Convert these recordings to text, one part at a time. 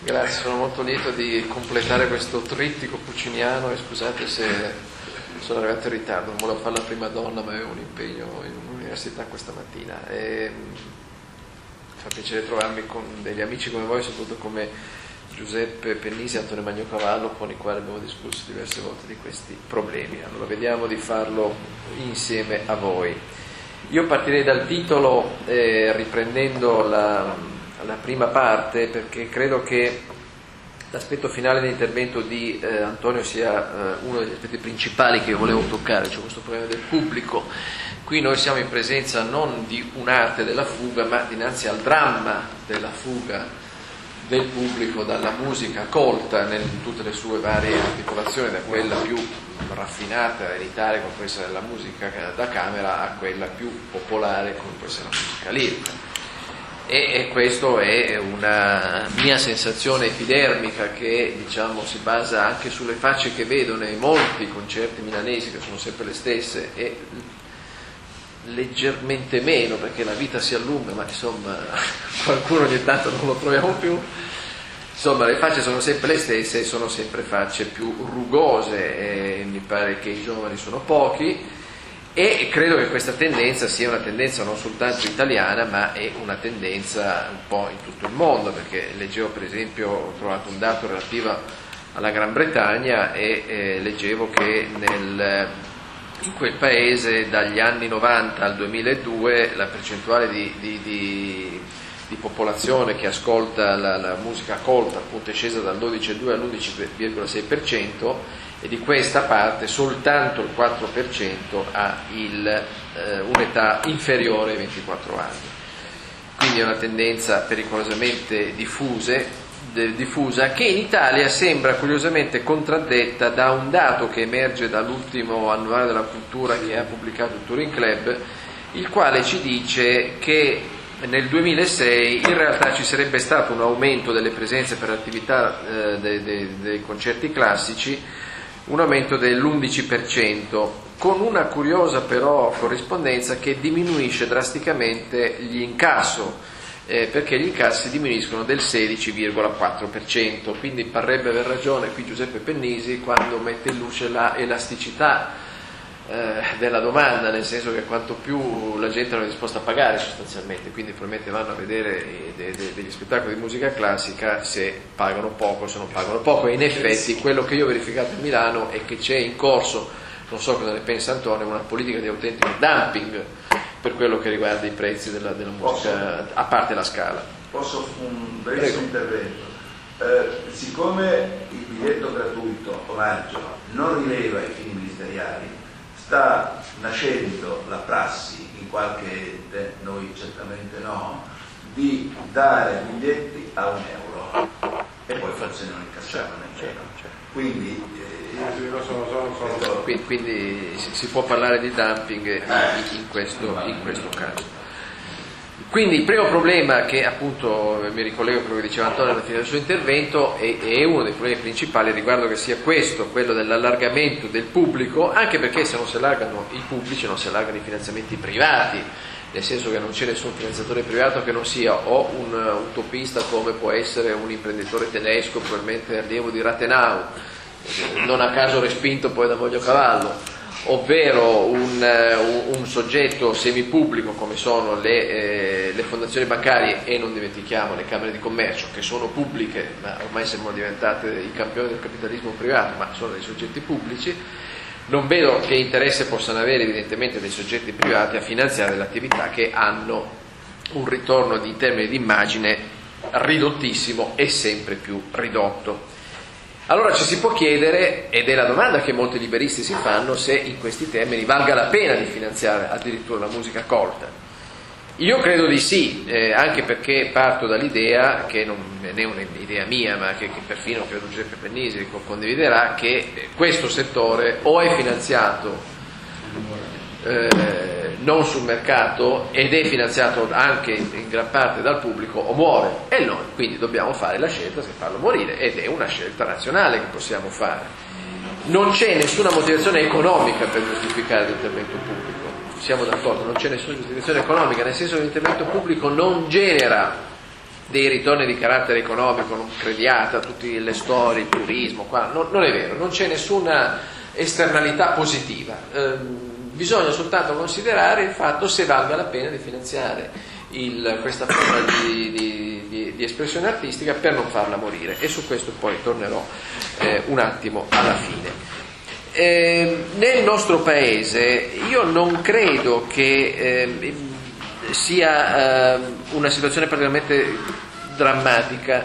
Grazie, sono molto lieto di completare questo trittico pucciniano e scusate se sono arrivato in ritardo, non volevo fare la prima donna ma avevo un impegno in un'università questa mattina. Fa piacere trovarmi con degli amici come voi, soprattutto come Giuseppe Pennisi e Antonio Magnocavallo, con i quali abbiamo discusso diverse volte di questi problemi. Allora vediamo di farlo insieme a voi. Io partirei dal titolo riprendendo la prima parte, perché credo che l'aspetto finale dell'intervento di Antonio sia uno degli aspetti principali che io volevo toccare, cioè questo problema del pubblico. Qui noi siamo in presenza non di un'arte della fuga, ma dinanzi al dramma della fuga del pubblico dalla musica colta in tutte le sue varie articolazioni, da quella più raffinata, elitaria come può essere la musica da camera, a quella più popolare come può essere la musica lirica. E questo è una mia sensazione epidermica che, diciamo, si basa anche sulle facce che vedo nei molti concerti milanesi, che sono sempre le stesse, e leggermente meno perché la vita si allunga, ma insomma qualcuno ogni tanto non lo troviamo più. Insomma, le facce sono sempre le stesse e sono sempre facce più rugose, e mi pare che i giovani sono pochi. E credo che questa tendenza sia una tendenza non soltanto italiana, ma è una tendenza un po' in tutto il mondo, perché leggevo, per esempio, ho trovato un dato relativo alla Gran Bretagna e leggevo che in quel paese dagli anni 90 al 2002 la percentuale di popolazione che ascolta la musica colta appunto è scesa dal 12,2 all'11,6%, e di questa parte soltanto il 4% ha un'età inferiore ai 24 anni. Quindi è una tendenza pericolosamente diffusa che in Italia sembra curiosamente contraddetta da un dato che emerge dall'ultimo annuale della cultura che ha pubblicato il Touring Club, il quale ci dice che nel 2006 in realtà ci sarebbe stato un aumento delle presenze per attività dei concerti classici, un aumento dell'11%, con una curiosa però corrispondenza che diminuisce drasticamente gli incasso, perché gli incassi diminuiscono del 16,4%, quindi parrebbe aver ragione qui Giuseppe Pennisi quando mette in luce la elasticità della domanda, nel senso che quanto più la gente non è disposta a pagare sostanzialmente, quindi probabilmente vanno a vedere degli spettacoli di musica classica se pagano poco o se non pagano poco. E in effetti quello che io ho verificato a Milano è che c'è in corso, non so cosa ne pensa Antonio, una politica di autentico dumping per quello che riguarda i prezzi della musica, a parte la Scala. Posso un breve intervento? Siccome il biglietto gratuito omaggio non rileva ai fini ministeriali, sta nascendo la prassi in qualche ente, noi certamente no, di dare biglietti a €1 e poi forse non incassare nemmeno. Quindi quindi si può parlare di dumping in questo caso. Quindi il primo problema, che appunto mi ricollego a quello che diceva Antonio alla fine del suo intervento, è uno dei problemi principali, riguardo che sia questo, quello dell'allargamento del pubblico, anche perché se non si allargano i pubblici non si allargano i finanziamenti privati, nel senso che non c'è nessun finanziatore privato che non sia o un utopista come può essere un imprenditore tedesco, probabilmente allievo di Rathenau, non a caso respinto poi da Magnocavallo, ovvero un soggetto semipubblico come sono le fondazioni bancarie, e non dimentichiamo le camere di commercio, che sono pubbliche ma ormai siamo diventate i campioni del capitalismo privato, ma sono dei soggetti pubblici. Non vedo che interesse possano avere evidentemente dei soggetti privati a finanziare l'attività che hanno un ritorno in termini di immagine ridottissimo e sempre più ridotto. Allora ci si può chiedere, ed è la domanda che molti liberisti si fanno, se in questi termini valga la pena di finanziare addirittura la musica colta. Io credo di sì, anche perché parto dall'idea, che non è un'idea mia, ma che perfino credo Giuseppe Pennisi condividerà, che questo settore o è finanziato non sul mercato ed è finanziato anche in gran parte dal pubblico, o muore, e noi quindi dobbiamo fare la scelta se farlo morire, ed è una scelta razionale che possiamo fare. Non c'è nessuna motivazione economica per giustificare l'intervento pubblico, siamo d'accordo, non c'è nessuna giustificazione economica, nel senso che l'intervento pubblico non genera dei ritorni di carattere economico, non crediate a tutte le storie, il turismo, qua non è vero, non c'è nessuna esternalità positiva, bisogna soltanto considerare il fatto se valga la pena di finanziare questa forma di espressione artistica per non farla morire, e su questo poi tornerò un attimo alla fine. Nel nostro paese io non credo che sia una situazione particolarmente drammatica.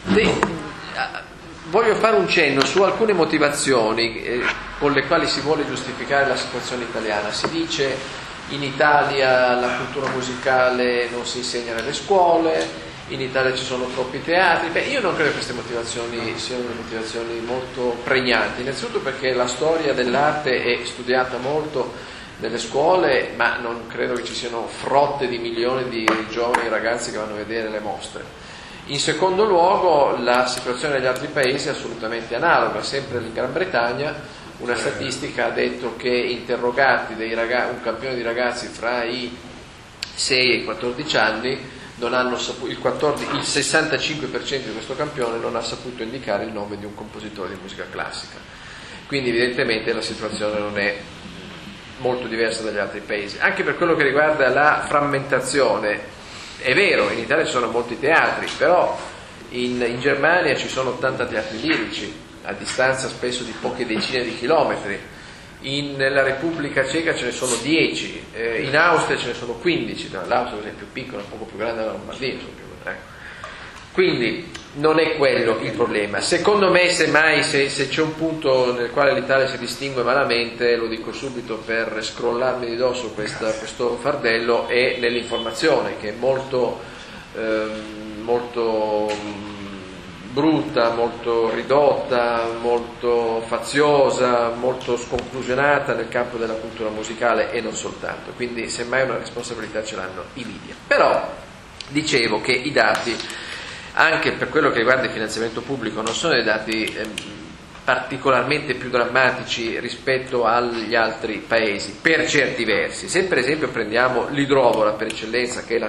Voglio fare un cenno su alcune motivazioni con le quali si vuole giustificare la situazione italiana. Si dice in Italia la cultura musicale non si insegna nelle scuole, in Italia ci sono troppi teatri. Io non credo che queste motivazioni siano motivazioni molto pregnanti, innanzitutto perché la storia dell'arte è studiata molto nelle scuole, ma non credo che ci siano frotte di milioni di giovani ragazzi che vanno a vedere le mostre. In secondo luogo, la situazione negli altri paesi è assolutamente analoga. Sempre in Gran Bretagna una statistica ha detto che interrogati un campione di ragazzi fra i 6 e i 14 anni non hanno il 65% di questo campione non ha saputo indicare il nome di un compositore di musica classica. Quindi evidentemente la situazione non è molto diversa dagli altri paesi. Anche per quello che riguarda la frammentazione, è vero, in Italia ci sono molti teatri, però in Germania ci sono 80 teatri lirici a distanza spesso di poche decine di chilometri, nella Repubblica Ceca ce ne sono 10, in Austria ce ne sono 15, l'Austria è più piccola, un poco più grande della Lombardia, quindi non è quello il problema. Secondo me, semmai, se c'è un punto nel quale l'Italia si distingue malamente, lo dico subito per scrollarmi di dosso questo fardello, è nell'informazione, che è molto brutta, molto ridotta, molto faziosa, molto sconclusionata nel campo della cultura musicale, e non soltanto. Quindi semmai una responsabilità ce l'hanno i media. Però dicevo che i dati, anche per quello che riguarda il finanziamento pubblico, non sono dei dati particolarmente più drammatici rispetto agli altri paesi, per certi versi. Se per esempio prendiamo l'idrovola per eccellenza, che è la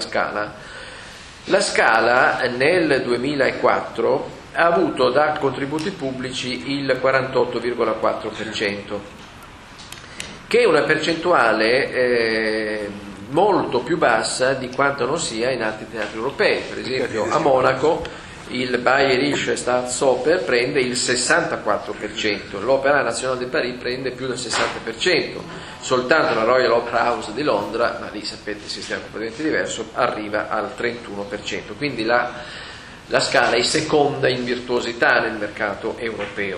Scala nel 2004 ha avuto da contributi pubblici il 48,4%, che è una percentuale molto più bassa di quanto non sia in altri teatri europei. Per esempio a Monaco il Bayerische Staatsoper prende il 64%, l'Opera Nazionale de Paris prende più del 60%, soltanto la Royal Opera House di Londra, ma lì sapete il sistema è completamente diverso, arriva al 31%. Quindi la Scala è seconda in virtuosità nel mercato europeo.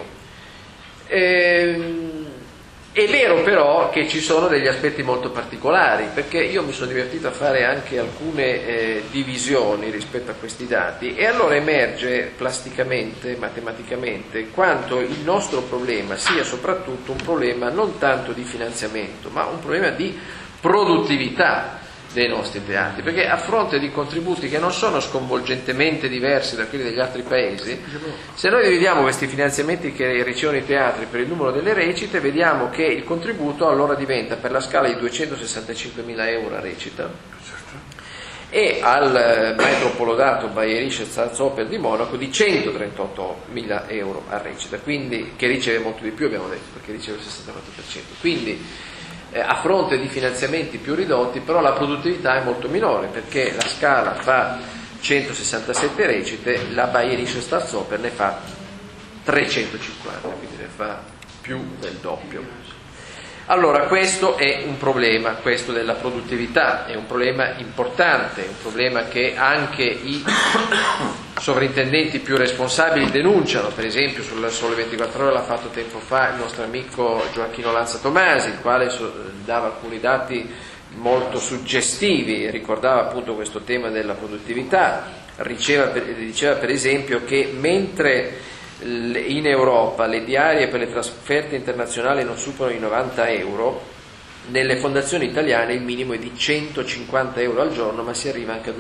È vero però che ci sono degli aspetti molto particolari, perché io mi sono divertito a fare anche alcune divisioni rispetto a questi dati, e allora emerge plasticamente, matematicamente, quanto il nostro problema sia soprattutto un problema non tanto di finanziamento, ma un problema di produttività dei nostri teatri, perché a fronte di contributi che non sono sconvolgentemente diversi da quelli degli altri paesi, se noi dividiamo questi finanziamenti che ricevono i teatri per il numero delle recite, vediamo che il contributo allora diventa per la Scala di 265.000 euro a recita, e al Maestro Polodato Bayerische Staatsoper di Monaco di 138.000 euro a recita, quindi che riceve molto di più, abbiamo detto, perché riceve il 64%. Quindi a fronte di finanziamenti più ridotti, però la produttività è molto minore, perché la Scala fa 167 recite, la Bayerische Staatsoper ne fa 350, quindi ne fa più del doppio. Allora questo è un problema, questo della produttività, è un problema importante, è un problema che anche i sovrintendenti più responsabili denunciano. Per esempio sul Sole 24 Ore l'ha fatto tempo fa il nostro amico Gioacchino Lanza Tomasi, il quale dava alcuni dati molto suggestivi e ricordava appunto questo tema della produttività. Diceva per esempio che mentre in Europa le diarie per le trasferte internazionali non superano i 90 euro, nelle fondazioni italiane il minimo è di 150 euro al giorno, ma si arriva anche a 250-280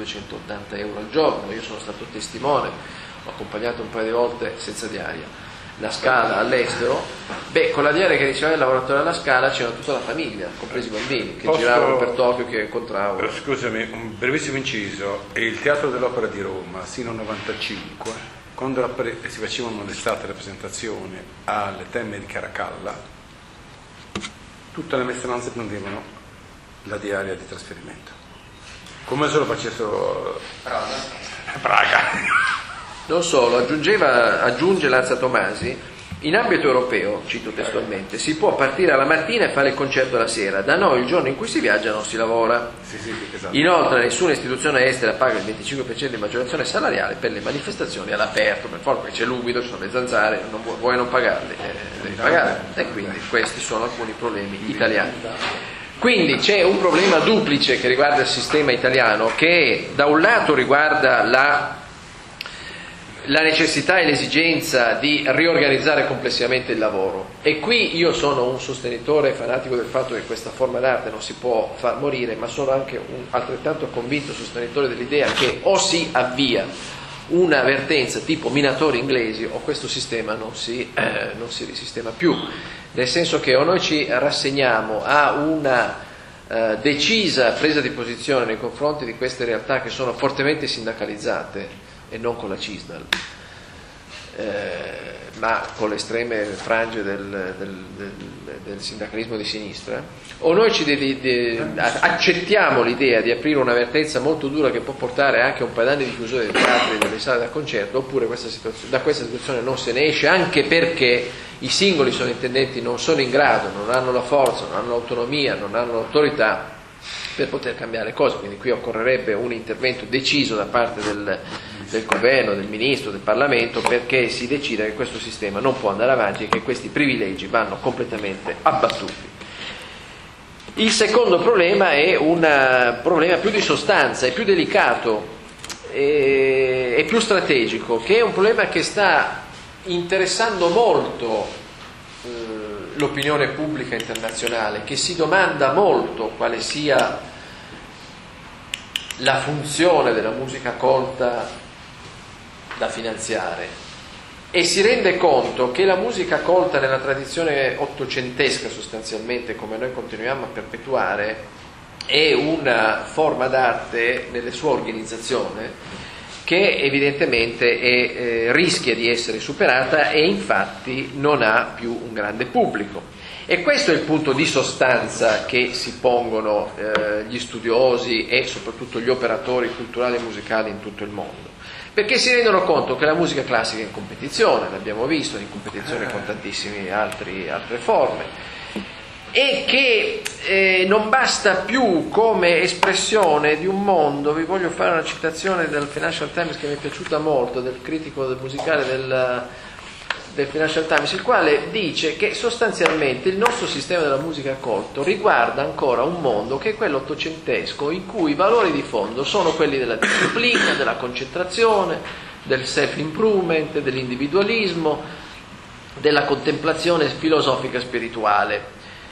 euro al giorno. Io sono stato testimone, ho accompagnato un paio di volte senza diaria la Scala all'estero, con la diaria che riceveva il lavoratore alla Scala c'era tutta la famiglia, compresi i bambini, che giravano per Tokyo, che incontravano. Scusami, un brevissimo inciso. Il Teatro dell'Opera di Roma, sino al 95, quando si facevano l'estate rappresentazioni alle Terme di Caracalla, tutte le maestranze prendevano la diaria di trasferimento, come se lo facessero Praga. Non solo, aggiunge Lanza Tomasi, in ambito europeo, cito testualmente, si può partire alla mattina e fare il concerto la sera, da noi il giorno in cui si viaggia non si lavora. Sì, esatto. Inoltre nessuna istituzione estera paga il 25% di maggiorazione salariale per le manifestazioni all'aperto, per forza, perché c'è l'umido, ci sono le zanzare, vuoi non pagarle, devi pagare, e quindi questi sono alcuni problemi italiani. Quindi c'è un problema duplice che riguarda il sistema italiano, che da un lato riguarda la necessità e l'esigenza di riorganizzare complessivamente il lavoro, e qui io sono un sostenitore fanatico del fatto che questa forma d'arte non si può far morire, ma sono anche un altrettanto convinto sostenitore dell'idea che o si avvia una vertenza tipo minatori inglesi o questo sistema non si risistema più, nel senso che o noi ci rassegniamo a una decisa presa di posizione nei confronti di queste realtà che sono fortemente sindacalizzate, e non con la CISNAL, ma con le estreme frange del sindacalismo di sinistra, o noi accettiamo l'idea di aprire una vertenza molto dura che può portare anche a un paio d'anni di chiusura dei teatri e delle sale da concerto, oppure da questa situazione non se ne esce, anche perché i singoli sovrintendenti non sono in grado, non hanno la forza, non hanno l'autonomia, non hanno l'autorità per poter cambiare cose. Quindi qui occorrerebbe un intervento deciso da parte del governo, del ministro, del Parlamento, perché si decida che questo sistema non può andare avanti e che questi privilegi vanno completamente abbattuti. Il secondo problema è un problema più di sostanza, è più delicato, è più strategico, che è un problema che sta interessando molto l'opinione pubblica internazionale, che si domanda molto quale sia la funzione della musica colta da finanziare, e si rende conto che la musica colta nella tradizione ottocentesca, sostanzialmente, come noi continuiamo a perpetuare, è una forma d'arte nella sua organizzazione che evidentemente rischia di essere superata e infatti non ha più un grande pubblico. E questo è il punto di sostanza che si pongono gli studiosi e soprattutto gli operatori culturali e musicali in tutto il mondo, perché si rendono conto che la musica classica è in competizione, l'abbiamo visto, è in competizione con tantissime altre forme, e che non basta più come espressione di un mondo. Vi voglio fare una citazione del Financial Times che mi è piaciuta molto, del critico musicale del Financial Times, il quale dice che sostanzialmente il nostro sistema della musica a colto riguarda ancora un mondo che è quello ottocentesco, in cui i valori di fondo sono quelli della disciplina, della concentrazione, del self-improvement, dell'individualismo, della contemplazione filosofica spirituale,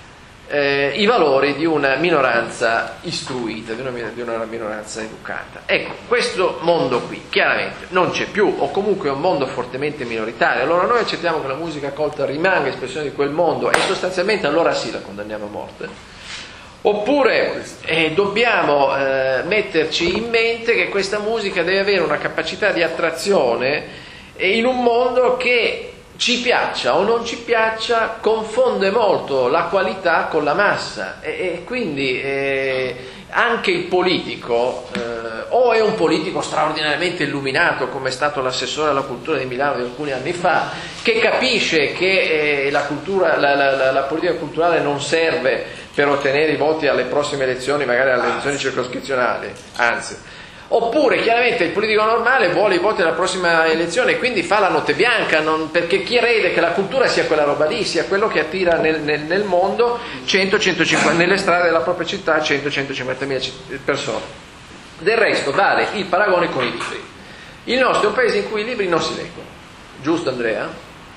i valori di una minoranza istruita, di una minoranza educata. Ecco, questo mondo qui chiaramente non c'è più, o comunque è un mondo fortemente minoritario. Allora noi accettiamo che la musica colta rimanga espressione di quel mondo e sostanzialmente allora sì la condanniamo a morte, oppure dobbiamo metterci in mente che questa musica deve avere una capacità di attrazione in un mondo che, ci piaccia o non ci piaccia, confonde molto la qualità con la massa, e quindi anche il politico o è un politico straordinariamente illuminato, come è stato l'assessore alla cultura di Milano di alcuni anni fa, che capisce che la politica culturale non serve per ottenere i voti alle prossime elezioni, magari alle elezioni circoscrizionali, anzi. Oppure chiaramente il politico normale vuole i voti alla prossima elezione e quindi fa la notte bianca, perché crede che la cultura sia quella roba lì, sia quello che attira nel mondo 100-150, nelle strade della propria città 100-150.000 persone. Del resto vale il paragone con i libri. Il nostro è un paese in cui i libri non si leggono, giusto Andrea?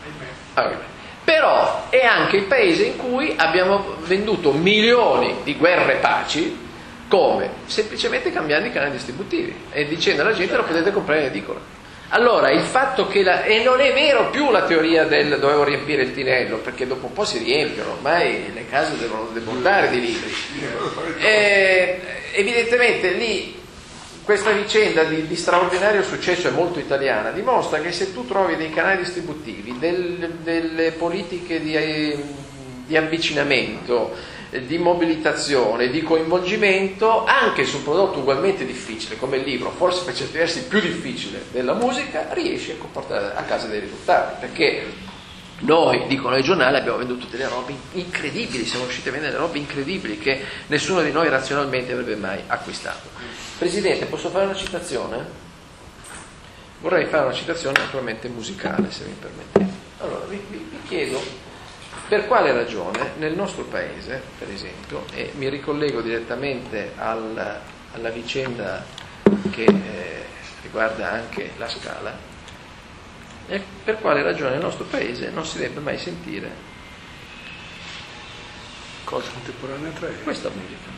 Però è anche il paese in cui abbiamo venduto milioni di guerre e paci. Come? Semplicemente cambiando i canali distributivi e dicendo alla gente lo potete comprare in edicola. Allora, il fatto che e non è vero più la teoria del dovevo riempire il tinello, perché dopo un po' si riempiono, ormai le case devono debordare di libri. Evidentemente lì questa vicenda di straordinario successo, è molto italiana, dimostra che se tu trovi dei canali distributivi, delle politiche di avvicinamento, di mobilitazione, di coinvolgimento, anche su un prodotto ugualmente difficile come il libro, forse per certi versi più difficile della musica, riesci a portare a casa dei risultati, perché noi, dicono i giornali, abbiamo venduto delle robe incredibili, siamo riusciti a vendere delle robe incredibili che nessuno di noi razionalmente avrebbe mai acquistato. Presidente, posso fare una citazione? Vorrei fare una citazione naturalmente musicale, se mi permettete. Allora, vi chiedo per quale ragione nel nostro paese, per esempio, e mi ricollego direttamente alla vicenda che riguarda anche la Scala, e per quale ragione nel nostro paese non si debba mai sentire cosa contemporanea tra esse? Questa musica.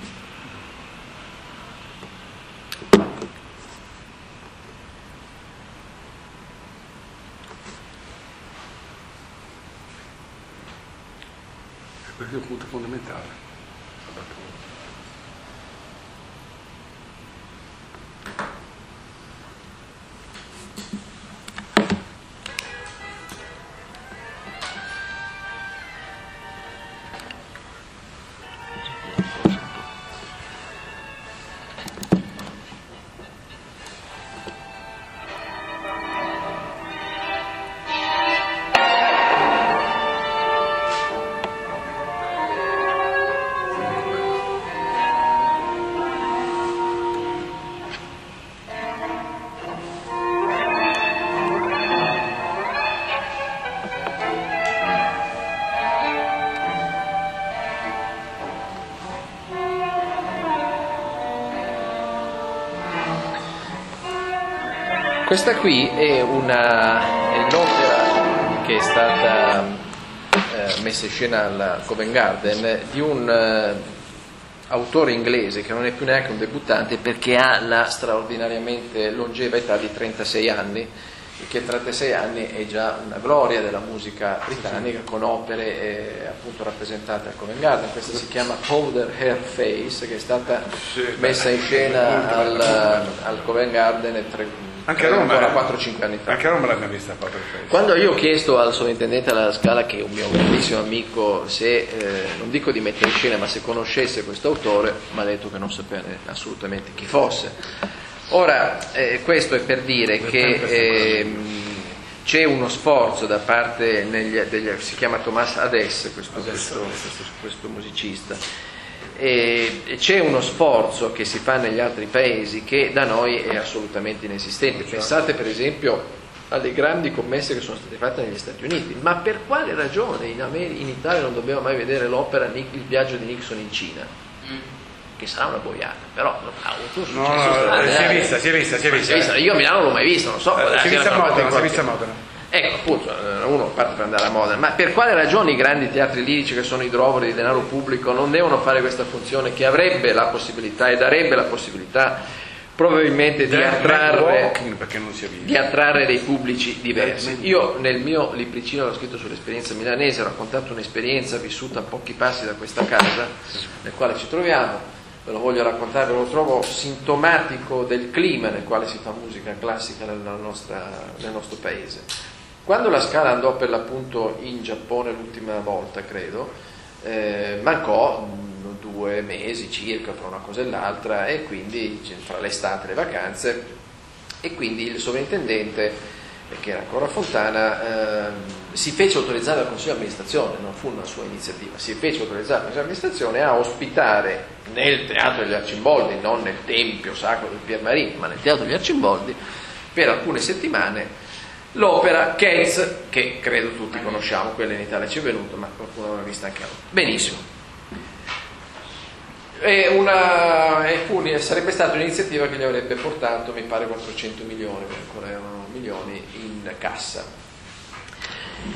Questo è un punto fondamentale. Questa qui è l'opera che è stata messa in scena al Covent Garden di un autore inglese che non è più neanche un debuttante, perché ha la straordinariamente longeva età di 36 anni, che 36 anni è già una gloria della musica britannica, con opere appunto rappresentate al Covent Garden. Questa si chiama Powder Hair Face, che è stata messa in scena al Covent Garden anche a Roma, 4-5 anni fa. Anche a Roma l'abbiamo vista Powder Face. Quando io ho chiesto al sovrintendente alla Scala, che è un mio grandissimo amico, se non dico di mettere in scena, ma se conoscesse questo autore, mi ha detto che non sapeva assolutamente chi fosse. Ora, questo è per dire che c'è uno sforzo da parte si chiama Thomas Adès, questo musicista, e c'è uno sforzo che si fa negli altri paesi che da noi è assolutamente inesistente. Pensate per esempio alle grandi commesse che sono state fatte negli Stati Uniti, ma per quale ragione in Italia non dobbiamo mai vedere l'opera Il viaggio di Nixon in Cina? Che sarà una boiata, però ha avuto un successo. Si è vista. Io a Milano non l'ho mai vista, non so. Si è vista a Modena. Ecco, appunto, uno parte per andare a Modena, ma per quale ragione i grandi teatri lirici, che sono idrovori di denaro pubblico, non devono fare questa funzione che avrebbe la possibilità e darebbe la possibilità probabilmente di attrarre dei pubblici diversi? Io nel mio libricino l'ho scritto sull'esperienza milanese, ho raccontato un'esperienza vissuta a pochi passi da questa casa nel quale ci troviamo. Ve lo voglio raccontare, lo trovo sintomatico del clima nel quale si fa musica classica nel nostro paese. Quando la Scala andò per l'appunto in Giappone l'ultima volta, credo, mancò 2 mesi circa fra una cosa e l'altra, e quindi fra l'estate e le vacanze, e quindi il sovrintendente, che era ancora Fontana, si fece autorizzare dal Consiglio di amministrazione, non fu una sua iniziativa, si fece autorizzare dal Consiglio di amministrazione a ospitare nel Teatro degli Arcimboldi, non nel Tempio Sacro del Pier Marino, ma nel Teatro degli Arcimboldi, per alcune settimane, l'opera Cats, che credo tutti conosciamo, quella in Italia ci è venuta, ma qualcuno l'ha vista anche a Roma. Benissimo. Sarebbe stata un'iniziativa che gli avrebbe portato, mi pare, 400 milioni, che ancora erano milioni, in cassa.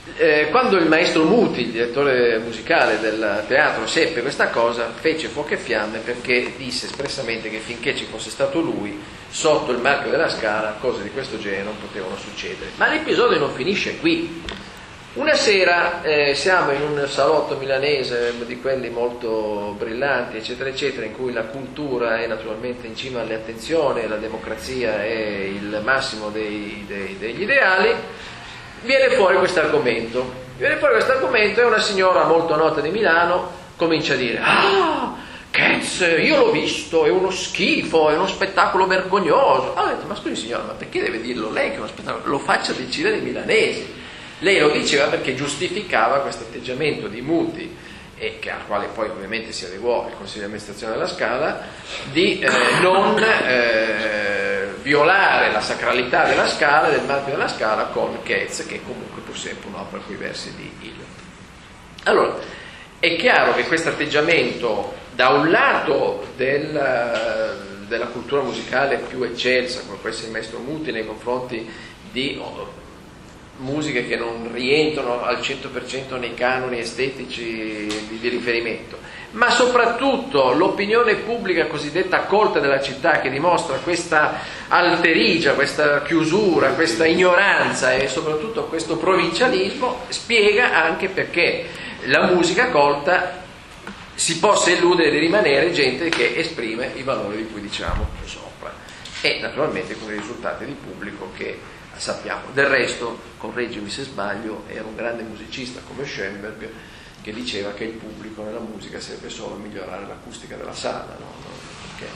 Quando il maestro Muti, il direttore musicale del teatro, seppe questa cosa, fece fuoco e fiamme, perché disse espressamente che finché ci fosse stato lui sotto il marchio della Scala cose di questo genere non potevano succedere. Ma l'episodio non finisce qui. Una sera siamo in un salotto milanese di quelli molto brillanti, eccetera eccetera, in cui la cultura è naturalmente in cima alle attenzioni, la democrazia è il massimo degli ideali. Viene fuori questo argomento e una signora molto nota di Milano comincia a dire: Cats, io l'ho visto, è uno schifo, è uno spettacolo vergognoso. Ho detto: ma scusi signora, ma perché deve dirlo lei che è uno spettacolo? Lo faccia decidere i milanesi. Lei lo diceva perché giustificava questo atteggiamento di Muti, al quale poi ovviamente si adeguò il Consiglio di amministrazione della Scala, di non violare la sacralità della Scala, del marchio della Scala, con Cats, che è comunque pur sempre un'opera coi versi di Eliot. Allora, è chiaro che questo atteggiamento, da un lato della cultura musicale più eccelsa, come può essere il maestro Muti, nei confronti di musiche che non rientrano al 100% nei canoni estetici di riferimento, ma soprattutto l'opinione pubblica cosiddetta colta della città, che dimostra questa alterigia, questa chiusura, questa ignoranza e soprattutto questo provincialismo, spiega anche perché la musica colta si possa illudere di rimanere gente che esprime i valori di cui diciamo sopra, e naturalmente con i risultati di pubblico che sappiamo. Del resto, correggimi se sbaglio, era un grande musicista come Schoenberg che diceva che il pubblico nella musica serve solo a migliorare l'acustica della sala, no? Perché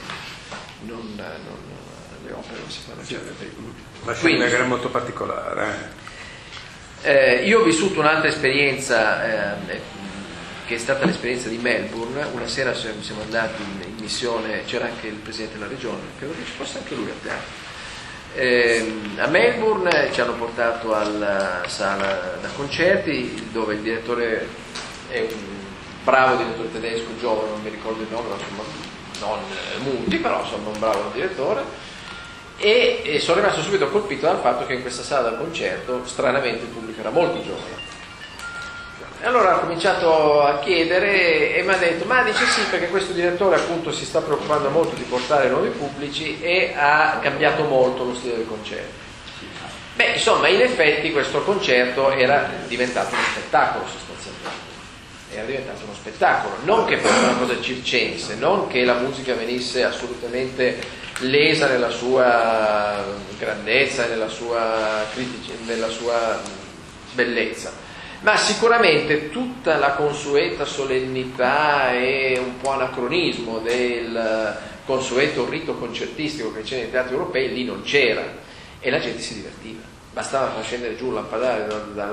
le opere non si fanno certo per il pubblico. Ma Schoenberg era molto particolare. Io ho vissuto un'altra esperienza che è stata l'esperienza di Melbourne. Una sera siamo andati in missione, c'era anche il presidente della regione, credo che ci fosse anche lui al teatro. A Melbourne ci hanno portato alla sala da concerti, dove il direttore è un bravo direttore tedesco, giovane, non mi ricordo il nome, insomma, non Muti, però insomma un bravo direttore, e sono rimasto subito colpito dal fatto che in questa sala da concerto stranamente il pubblico era molto giovane. E allora ho cominciato a chiedere e mi ha detto: ma dice sì, perché questo direttore appunto si sta preoccupando molto di portare nuovi pubblici e ha cambiato molto lo stile del concerto. Beh, insomma, in effetti questo concerto era diventato uno spettacolo sostanzialmente. Era diventato uno spettacolo, non che fosse una cosa circense, non che la musica venisse assolutamente lesa nella sua grandezza, nella sua bellezza, ma sicuramente tutta la consueta solennità e un po' anacronismo del consueto rito concertistico che c'è nei teatri europei lì non c'era, e la gente si divertiva. Bastava far scendere giù un lampadario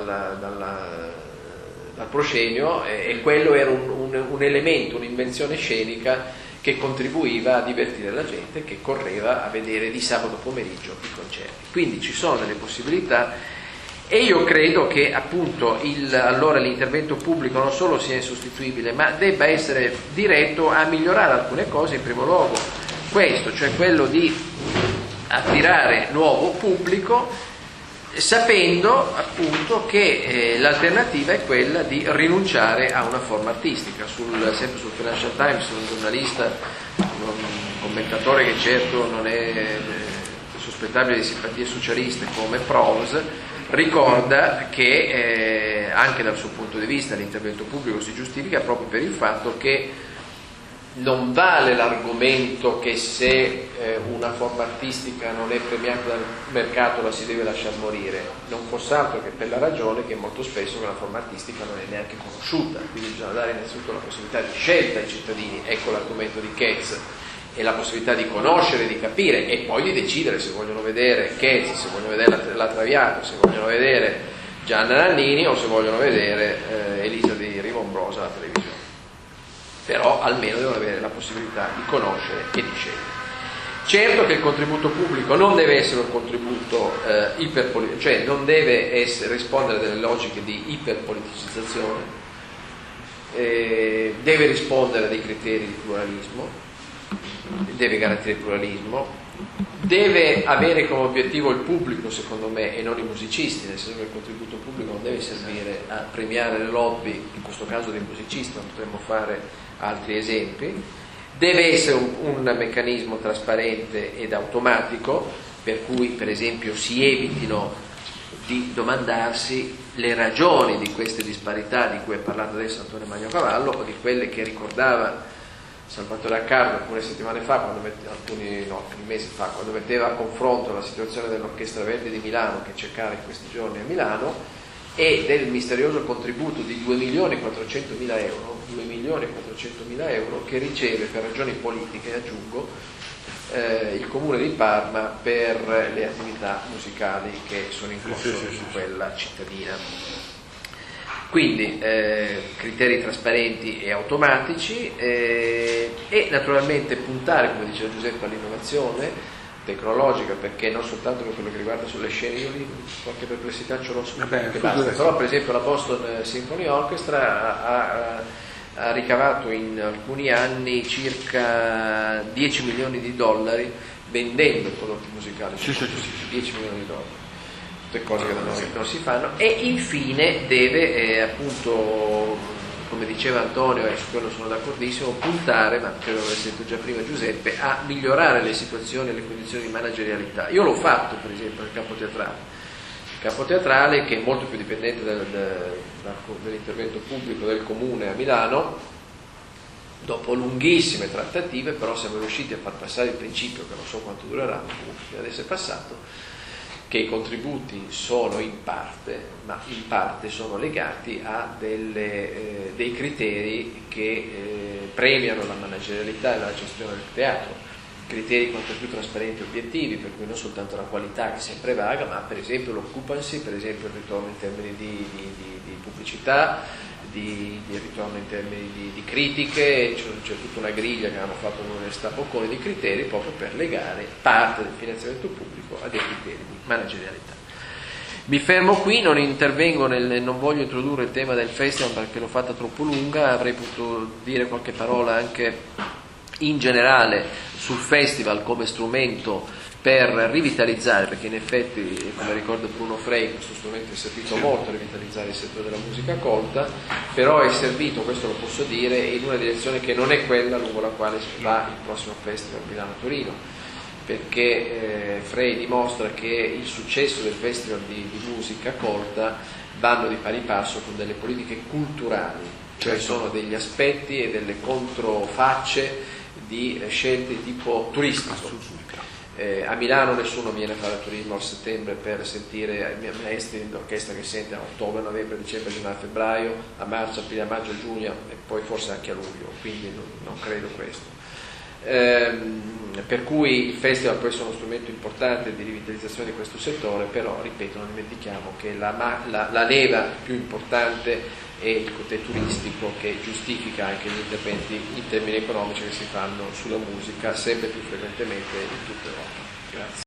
dal proscenio e quello era un elemento, un'invenzione scenica che contribuiva a divertire la gente che correva a vedere di sabato pomeriggio i concerti. Quindi ci sono delle possibilità. E io credo che appunto allora l'intervento pubblico non solo sia insostituibile, ma debba essere diretto a migliorare alcune cose, in primo luogo questo, cioè quello di attirare nuovo pubblico, sapendo appunto che l'alternativa è quella di rinunciare a una forma artistica. Sempre sul Financial Times, un giornalista, un commentatore che certo non è sospettabile di simpatie socialiste come Prose, ricorda che anche dal suo punto di vista l'intervento pubblico si giustifica proprio per il fatto che non vale l'argomento che se una forma artistica non è premiata dal mercato la si deve lasciar morire, non fosse altro che per la ragione che molto spesso quella forma artistica non è neanche conosciuta, quindi bisogna dare innanzitutto la possibilità di scelta ai cittadini. Ecco l'argomento di Cats, e la possibilità di conoscere, di capire e poi di decidere se vogliono vedere Cats, se vogliono vedere la Traviata, se vogliono vedere Gianna Nannini o se vogliono vedere Elisa di Rivombrosa alla televisione. Però almeno devono avere la possibilità di conoscere e di scegliere. Certo che il contributo pubblico non deve essere un contributo cioè non deve rispondere a delle logiche di iperpoliticizzazione, deve rispondere a dei criteri di pluralismo, deve garantire il pluralismo, deve avere come obiettivo il pubblico, secondo me, e non i musicisti, nel senso che il contributo pubblico non deve servire a premiare le lobby, in questo caso dei musicisti, ma potremmo fare altri esempi. Deve essere un meccanismo trasparente ed automatico, per cui per esempio si evitino di domandarsi le ragioni di queste disparità di cui ha parlato adesso Antonio Magnocavallo, o di quelle che ricordava Salvatore Accardo alcune settimane fa, alcuni mesi fa, quando metteva a confronto la situazione dell'Orchestra Verdi di Milano, che c'è cara in questi giorni a Milano, e del misterioso contributo di 2.400.000 euro che riceve per ragioni politiche, aggiungo, il Comune di Parma per le attività musicali che sono in corso in quella cittadina. Quindi criteri trasparenti e automatici e naturalmente puntare, come diceva Giuseppe, all'innovazione tecnologica, perché non soltanto per quello che riguarda sulle scene, io lì qualche perplessità ce l'ho su che basta, però per esempio la Boston Symphony Orchestra ha ricavato in alcuni anni circa 10 milioni di dollari vendendo prodotti musicali, 10 milioni di dollari, tutte cose che da noi non si fanno. E infine deve appunto, come diceva Antonio, e su quello sono d'accordissimo, puntare, ma credo l'avrei detto già prima Giuseppe, a migliorare le situazioni e le condizioni di managerialità. Io l'ho fatto per esempio nel campo teatrale, che è molto più dipendente dall'intervento pubblico del Comune a Milano. Dopo lunghissime trattative però siamo riusciti a far passare il principio, che non so quanto durerà, fino adesso è passato, che i contributi sono in parte, ma in parte sono legati a dei criteri che premiano la managerialità e la gestione del teatro, criteri quanto più trasparenti e obiettivi, per cui non soltanto la qualità che sempre vaga, ma per esempio l'occupancy, per esempio il ritorno in termini di pubblicità, di ritorno in termini di critiche. C'è tutta una griglia che hanno fatto all'Università Bocconi di criteri proprio per legare parte del finanziamento pubblico a dei criteri di managerialità. Mi fermo qui, non intervengo non voglio introdurre il tema del festival perché l'ho fatta troppo lunga, avrei potuto dire qualche parola anche in generale sul festival come strumento per rivitalizzare, perché in effetti, come ricorda Bruno Frey, questo strumento è servito molto a rivitalizzare il settore della musica colta, però è servito, questo lo posso dire, in una direzione che non è quella lungo la quale va il prossimo festival Milano-Torino, perché Frey dimostra che il successo del festival di musica colta vanno di pari passo con delle politiche culturali, cioè sono degli aspetti e delle controfacce di scelte di tipo turistico. A Milano nessuno viene a fare turismo a settembre per sentire i maestri d'orchestra che sente a ottobre, novembre, dicembre, gennaio, febbraio, a marzo, aprile, a maggio, giugno e poi forse anche a luglio, quindi non credo questo. Per cui il festival poi sono uno strumento importante di rivitalizzazione di questo settore, però ripeto, non dimentichiamo che la leva più importante è il côté turistico, che giustifica anche gli interventi in termini economici che si fanno sulla musica sempre più frequentemente in tutta Europa. Grazie.